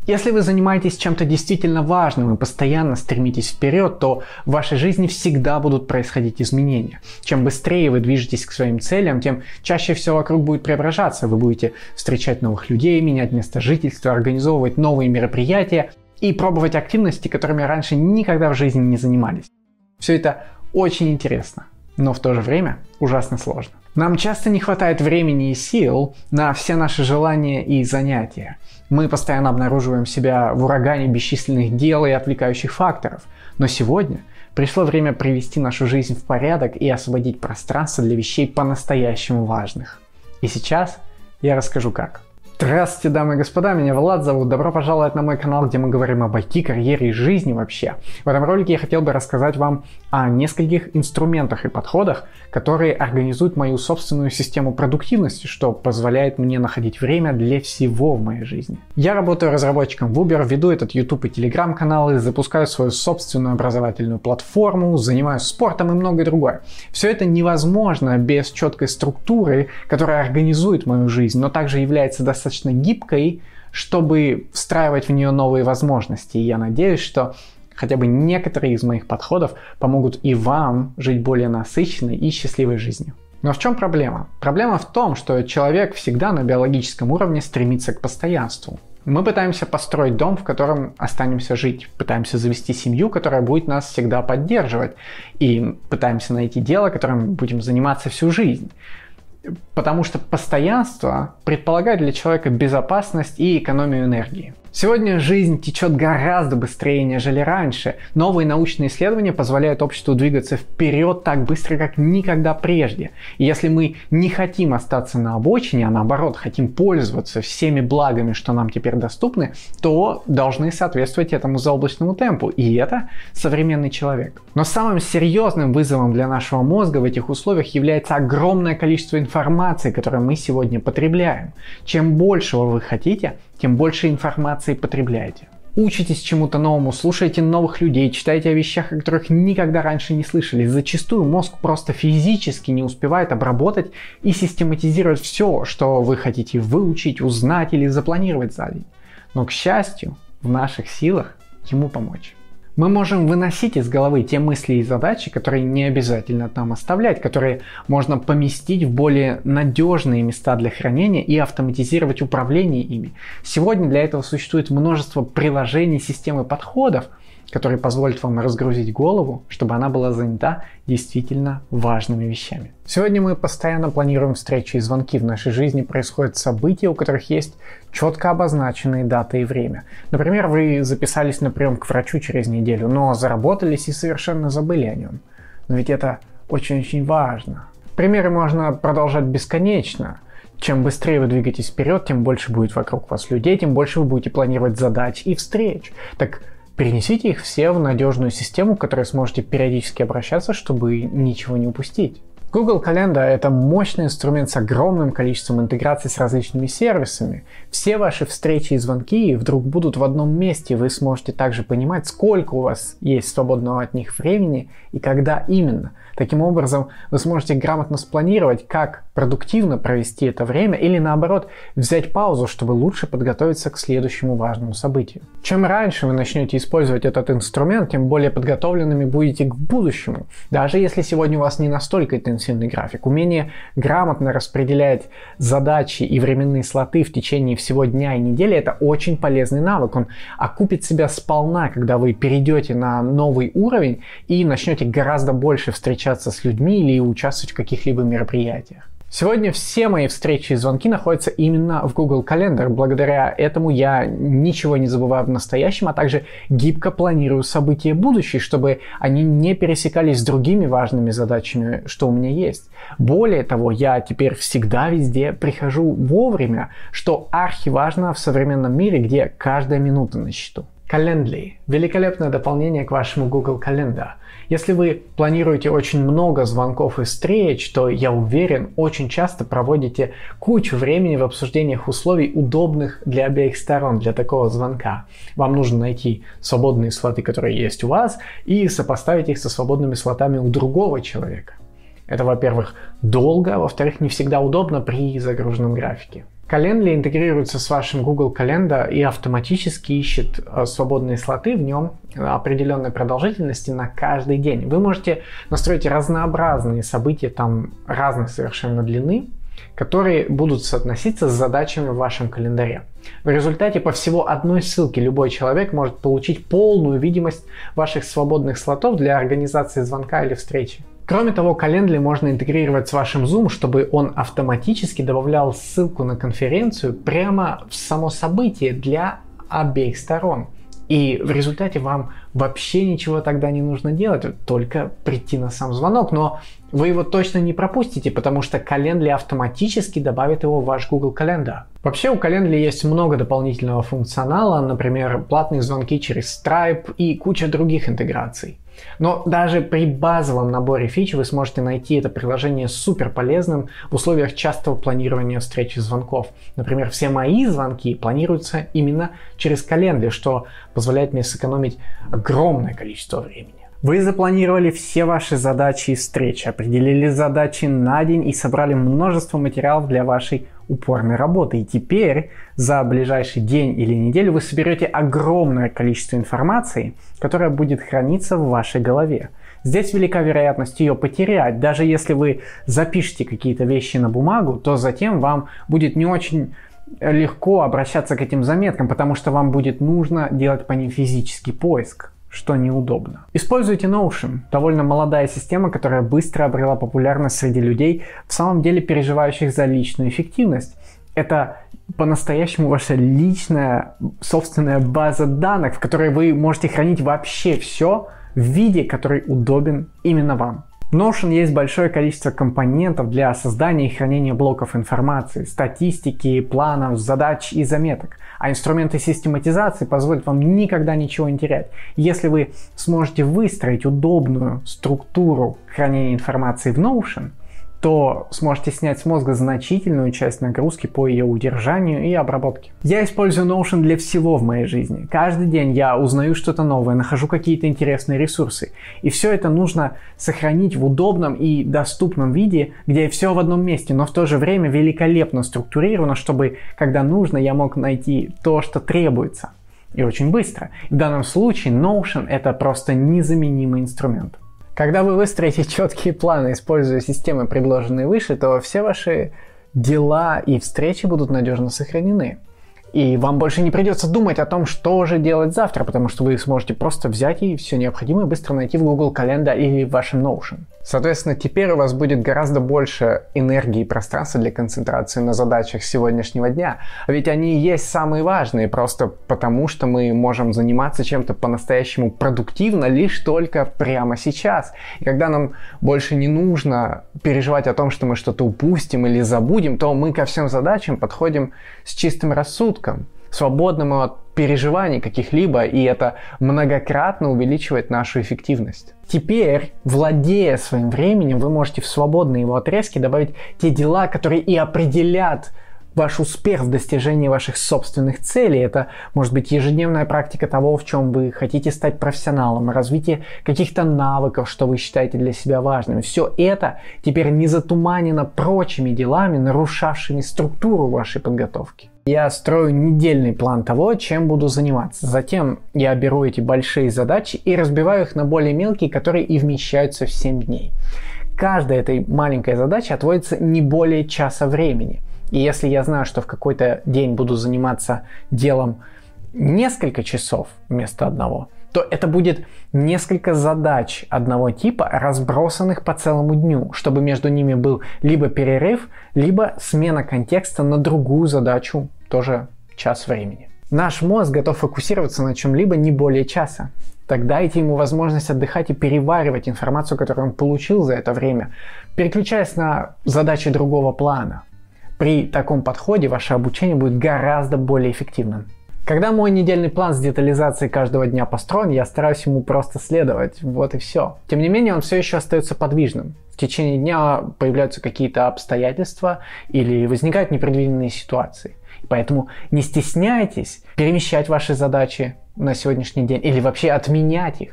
Если вы занимаетесь чем-то действительно важным и постоянно стремитесь вперед, то в вашей жизни всегда будут происходить изменения. Чем быстрее вы движетесь к своим целям, тем чаще все вокруг будет преображаться. Вы будете встречать новых людей, менять место жительства, организовывать новые мероприятия и пробовать активности, которыми раньше никогда в жизни не занимались. Все это очень интересно, но в то же время ужасно сложно. Нам часто не хватает времени и сил на все наши желания и занятия. Мы постоянно обнаруживаем себя в урагане бесчисленных дел и отвлекающих факторов. Но сегодня пришло время привести нашу жизнь в порядок и освободить пространство для вещей по-настоящему важных. И сейчас я расскажу как. Здравствуйте, дамы и господа, меня Влад зовут. Добро пожаловать на мой канал, где мы говорим об IT, карьере и жизни вообще. В этом ролике я хотел бы рассказать вам о нескольких инструментах и подходах, которые организуют мою собственную систему продуктивности, что позволяет мне находить время для всего в моей жизни. Я работаю разработчиком в Uber, веду этот YouTube и Telegram каналы, запускаю свою собственную образовательную платформу, занимаюсь спортом и многое другое. Все это невозможно без четкой структуры, которая организует мою жизнь, но также является достаточно гибкой, чтобы встраивать в нее новые возможности. И я надеюсь, что хотя бы некоторые из моих подходов помогут и вам жить более насыщенной и счастливой жизнью. Но в чем проблема? Проблема в том, что человек всегда на биологическом уровне стремится к постоянству. Мы пытаемся построить дом, в котором останемся жить. Пытаемся завести семью, которая будет нас всегда поддерживать. И пытаемся найти дело, которым будем заниматься всю жизнь. Потому что постоянство предполагает для человека безопасность и экономию энергии. Сегодня жизнь течет гораздо быстрее, нежели раньше. Новые научные исследования позволяют обществу двигаться вперед так быстро, как никогда прежде. И если мы не хотим остаться на обочине, а наоборот хотим пользоваться всеми благами, что нам теперь доступны, то должны соответствовать этому заоблачному темпу. И это современный человек. Но самым серьезным вызовом для нашего мозга в этих условиях является огромное количество информации, которое мы сегодня потребляем. Чем большего вы хотите, тем больше информации потребляете. Учитесь чему-то новому, слушайте новых людей, читайте о вещах, о которых никогда раньше не слышали. Зачастую мозг просто физически не успевает обработать и систематизировать все, что вы хотите выучить, узнать или запланировать за день. Но, к счастью, в наших силах ему помочь. Мы можем выносить из головы те мысли и задачи, которые не обязательно там оставлять, которые можно поместить в более надежные места для хранения и автоматизировать управление ими. Сегодня для этого существует множество приложений, системы подходов, которые позволят вам разгрузить голову, чтобы она была занята действительно важными вещами. Сегодня мы постоянно планируем встречи и звонки. В нашей жизни происходят события, у которых есть четко обозначенные даты и время. Например, вы записались на прием к врачу через неделю, но заработались и совершенно забыли о нем. Но ведь это очень-очень важно. Примеры можно продолжать бесконечно. Чем быстрее вы двигаетесь вперед, тем больше будет вокруг вас людей, тем больше вы будете планировать задач и встреч. Так перенесите их все в надежную систему, к которой сможете периодически обращаться, чтобы ничего не упустить. Google Calendar — это мощный инструмент с огромным количеством интеграций с различными сервисами. Все ваши встречи и звонки вдруг будут в одном месте. Вы сможете также понимать, сколько у вас есть свободного от них времени и когда именно. Таким образом, вы сможете грамотно спланировать, как продуктивно провести это время или наоборот взять паузу, чтобы лучше подготовиться к следующему важному событию. Чем раньше вы начнете использовать этот инструмент, тем более подготовленными будете к будущему. Даже если сегодня у вас не настолько интенсивный график, умение грамотно распределять задачи и временные слоты в течение всего дня и недели — это очень полезный навык. Он окупит себя сполна, когда вы перейдете на новый уровень и начнете гораздо больше встречаться с людьми или участвовать в каких-либо мероприятиях. Сегодня все мои встречи и звонки находятся именно в Google Calendar. Благодаря этому я ничего не забываю в настоящем, а также гибко планирую события будущие, чтобы они не пересекались с другими важными задачами, что у меня есть. Более того, я теперь всегда везде прихожу вовремя, что архиважно в современном мире, где каждая минута на счету. Calendly – великолепное дополнение к вашему Google Calendar. Если вы планируете очень много звонков и встреч, то, я уверен, очень часто проводите кучу времени в обсуждениях условий, удобных для обеих сторон для такого звонка. Вам нужно найти свободные слоты, которые есть у вас, и сопоставить их со свободными слотами у другого человека. Это, во-первых, долго, а во-вторых, не всегда удобно при загруженном графике. Calendly интегрируется с вашим Google Calendar и автоматически ищет свободные слоты в нем определенной продолжительности на каждый день. Вы можете настроить разнообразные события, там разной совершенно длины, которые будут соотноситься с задачами в вашем календаре. В результате по всего одной ссылке любой человек может получить полную видимость ваших свободных слотов для организации звонка или встречи. Кроме того, Calendly можно интегрировать с вашим Zoom, чтобы он автоматически добавлял ссылку на конференцию прямо в само событие для обеих сторон. И в результате вам вообще ничего тогда не нужно делать, только прийти на сам звонок, но вы его точно не пропустите, потому что Calendly автоматически добавит его в ваш Google Calendar. Вообще у Calendly есть много дополнительного функционала, например, платные звонки через Stripe и куча других интеграций. Но даже при базовом наборе фич вы сможете найти это приложение супер полезным в условиях частого планирования встреч и звонков. Например, все мои звонки планируются именно через Calendly, что позволяет мне сэкономить огромное количество времени. Вы запланировали все ваши задачи и встречи, определили задачи на день и собрали множество материалов для вашей упорной работы. И теперь за ближайший день или неделю вы соберете огромное количество информации, которая будет храниться в вашей голове. Здесь велика вероятность ее потерять. Даже если вы запишете какие-то вещи на бумагу, то затем вам будет не очень легко обращаться к этим заметкам, потому что вам будет нужно делать по ним физический поиск, что неудобно. Используйте Notion, довольно молодая система, которая быстро обрела популярность среди людей, в самом деле переживающих за личную эффективность. Это по-настоящему ваша личная собственная база данных, в которой вы можете хранить вообще все в виде, который удобен именно вам. В Notion есть большое количество компонентов для создания и хранения блоков информации, статистики, планов, задач и заметок. А инструменты систематизации позволят вам никогда ничего не терять. Если вы сможете выстроить удобную структуру хранения информации в Notion, то сможете снять с мозга значительную часть нагрузки по ее удержанию и обработке. Я использую Notion для всего в моей жизни. Каждый день я узнаю что-то новое, нахожу какие-то интересные ресурсы. И все это нужно сохранить в удобном и доступном виде, где все в одном месте, но в то же время великолепно структурировано, чтобы, когда нужно, я мог найти то, что требуется. И очень быстро. В данном случае Notion — это просто незаменимый инструмент. Когда вы выстроите четкие планы, используя системы, предложенные выше, то все ваши дела и встречи будут надежно сохранены. И вам больше не придется думать о том, что же делать завтра, потому что вы сможете просто взять и все необходимое быстро найти в Google Calendar или в вашем Notion. Соответственно, теперь у вас будет гораздо больше энергии и пространства для концентрации на задачах сегодняшнего дня. Ведь они и есть самые важные, просто потому что мы можем заниматься чем-то по-настоящему продуктивно лишь только прямо сейчас. И когда нам больше не нужно переживать о том, что мы что-то упустим или забудем, то мы ко всем задачам подходим с чистым рассудком, свободным от переживаний каких-либо, и это многократно увеличивает нашу эффективность. Теперь, владея своим временем, вы можете в свободные его отрезки добавить те дела, которые и определят ваш успех в достижении ваших собственных целей. Это может быть ежедневная практика того, в чем вы хотите стать профессионалом, развитие каких-то навыков, что вы считаете для себя важными. Все это теперь не затуманено прочими делами, нарушавшими структуру вашей подготовки. Я строю недельный план того, чем буду заниматься. Затем я беру эти большие задачи и разбиваю их на более мелкие, которые и вмещаются в 7 дней. Каждой этой маленькой задаче отводится не более часа времени. И если я знаю, что в какой-то день буду заниматься делом несколько часов вместо одного, то это будет несколько задач одного типа, разбросанных по целому дню, чтобы между ними был либо перерыв, либо смена контекста на другую задачу, тоже час времени. Наш мозг готов фокусироваться на чем-либо не более часа. Так дайте ему возможность отдыхать и переваривать информацию, которую он получил за это время, переключаясь на задачи другого плана. При таком подходе ваше обучение будет гораздо более эффективным. Когда мой недельный план с детализацией каждого дня построен, я стараюсь ему просто следовать, вот и все. Тем не менее, он все еще остается подвижным. В течение дня появляются какие-то обстоятельства или возникают непредвиденные ситуации. Поэтому не стесняйтесь перемещать ваши задачи на сегодняшний день или вообще отменять их.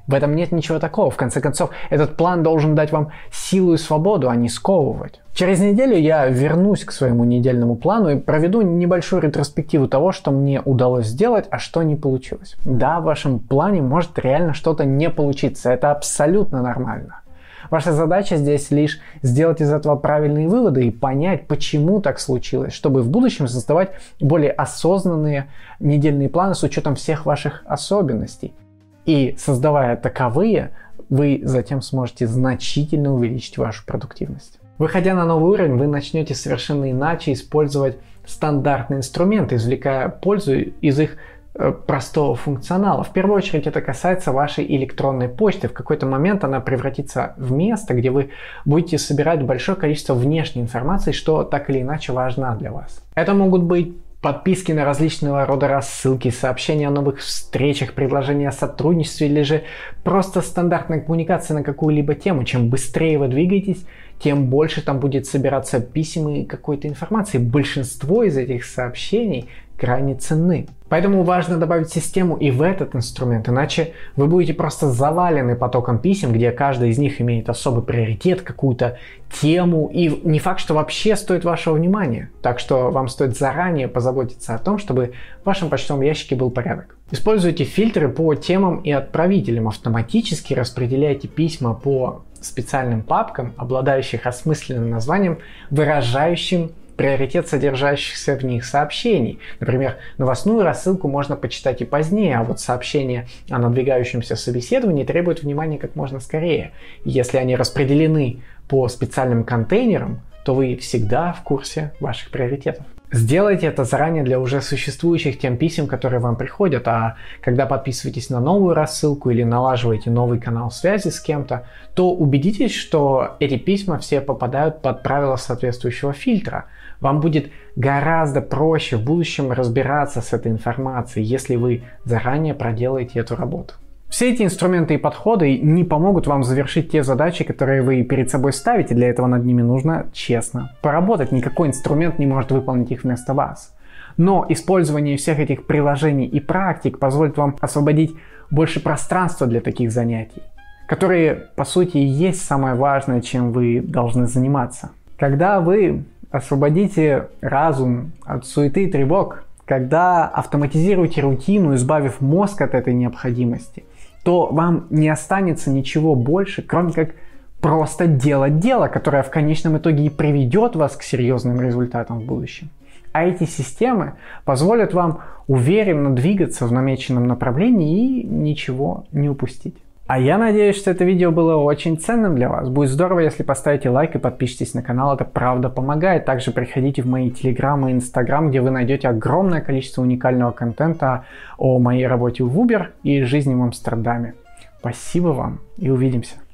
В этом нет ничего такого. В конце концов, этот план должен дать вам силу и свободу, а не сковывать. Через неделю я вернусь к своему недельному плану и проведу небольшую ретроспективу того, что мне удалось сделать, а что не получилось. Да, в вашем плане может реально что-то не получиться. Это абсолютно нормально. Ваша задача здесь лишь сделать из этого правильные выводы и понять, почему так случилось, чтобы в будущем создавать более осознанные недельные планы с учетом всех ваших особенностей. И создавая таковые, вы затем сможете значительно увеличить вашу продуктивность. Выходя на новый уровень, вы начнете совершенно иначе использовать стандартные инструменты, извлекая пользу из их простого функционала. В первую очередь это касается вашей электронной почты. В какой-то момент она превратится в место, где вы будете собирать большое количество внешней информации, что так или иначе важна для вас. Это могут быть подписки на различного рода рассылки, сообщения о новых встречах, предложения о сотрудничестве или же просто стандартная коммуникация на какую-либо тему. Чем быстрее вы двигаетесь, тем больше там будет собираться писем и какой-то информации. Большинство из этих сообщений крайне ценны. Поэтому важно добавить систему и в этот инструмент, иначе вы будете просто завалены потоком писем, где каждый из них имеет особый приоритет, какую-то тему, и не факт, что вообще стоит вашего внимания. Так что вам стоит заранее позаботиться о том, чтобы в вашем почтовом ящике был порядок. Используйте фильтры по темам и отправителям, автоматически распределяйте письма по специальным папкам, обладающих осмысленным названием, выражающим приоритет содержащихся в них сообщений. Например, новостную рассылку можно почитать и позднее, а вот сообщения о надвигающемся собеседовании требуют внимания как можно скорее. И если они распределены по специальным контейнерам, то вы всегда в курсе ваших приоритетов. Сделайте это заранее для уже существующих тем писем, которые вам приходят, а когда подписываетесь на новую рассылку или налаживаете новый канал связи с кем-то, то убедитесь, что эти письма все попадают под правила соответствующего фильтра. Вам будет гораздо проще в будущем разбираться с этой информацией, если вы заранее проделаете эту работу. Все эти инструменты и подходы не помогут вам завершить те задачи, которые вы перед собой ставите. Для этого над ними нужно честно поработать. Никакой инструмент не может выполнить их вместо вас. Но использование всех этих приложений и практик позволит вам освободить больше пространства для таких занятий, которые, по сути, и есть самое важное, чем вы должны заниматься. Когда вы освободите разум от суеты и тревог, когда автоматизируете рутину, избавив мозг от этой необходимости, то вам не останется ничего больше, кроме как просто делать дело, которое в конечном итоге и приведет вас к серьезным результатам в будущем. А эти системы позволят вам уверенно двигаться в намеченном направлении и ничего не упустить. А я надеюсь, что это видео было очень ценным для вас. Будет здорово, если поставите лайк и подпишитесь на канал, это правда помогает. Также приходите в мои Telegram и Instagram, где вы найдете огромное количество уникального контента о моей работе в Uber и жизни в Амстердаме. Спасибо вам и увидимся.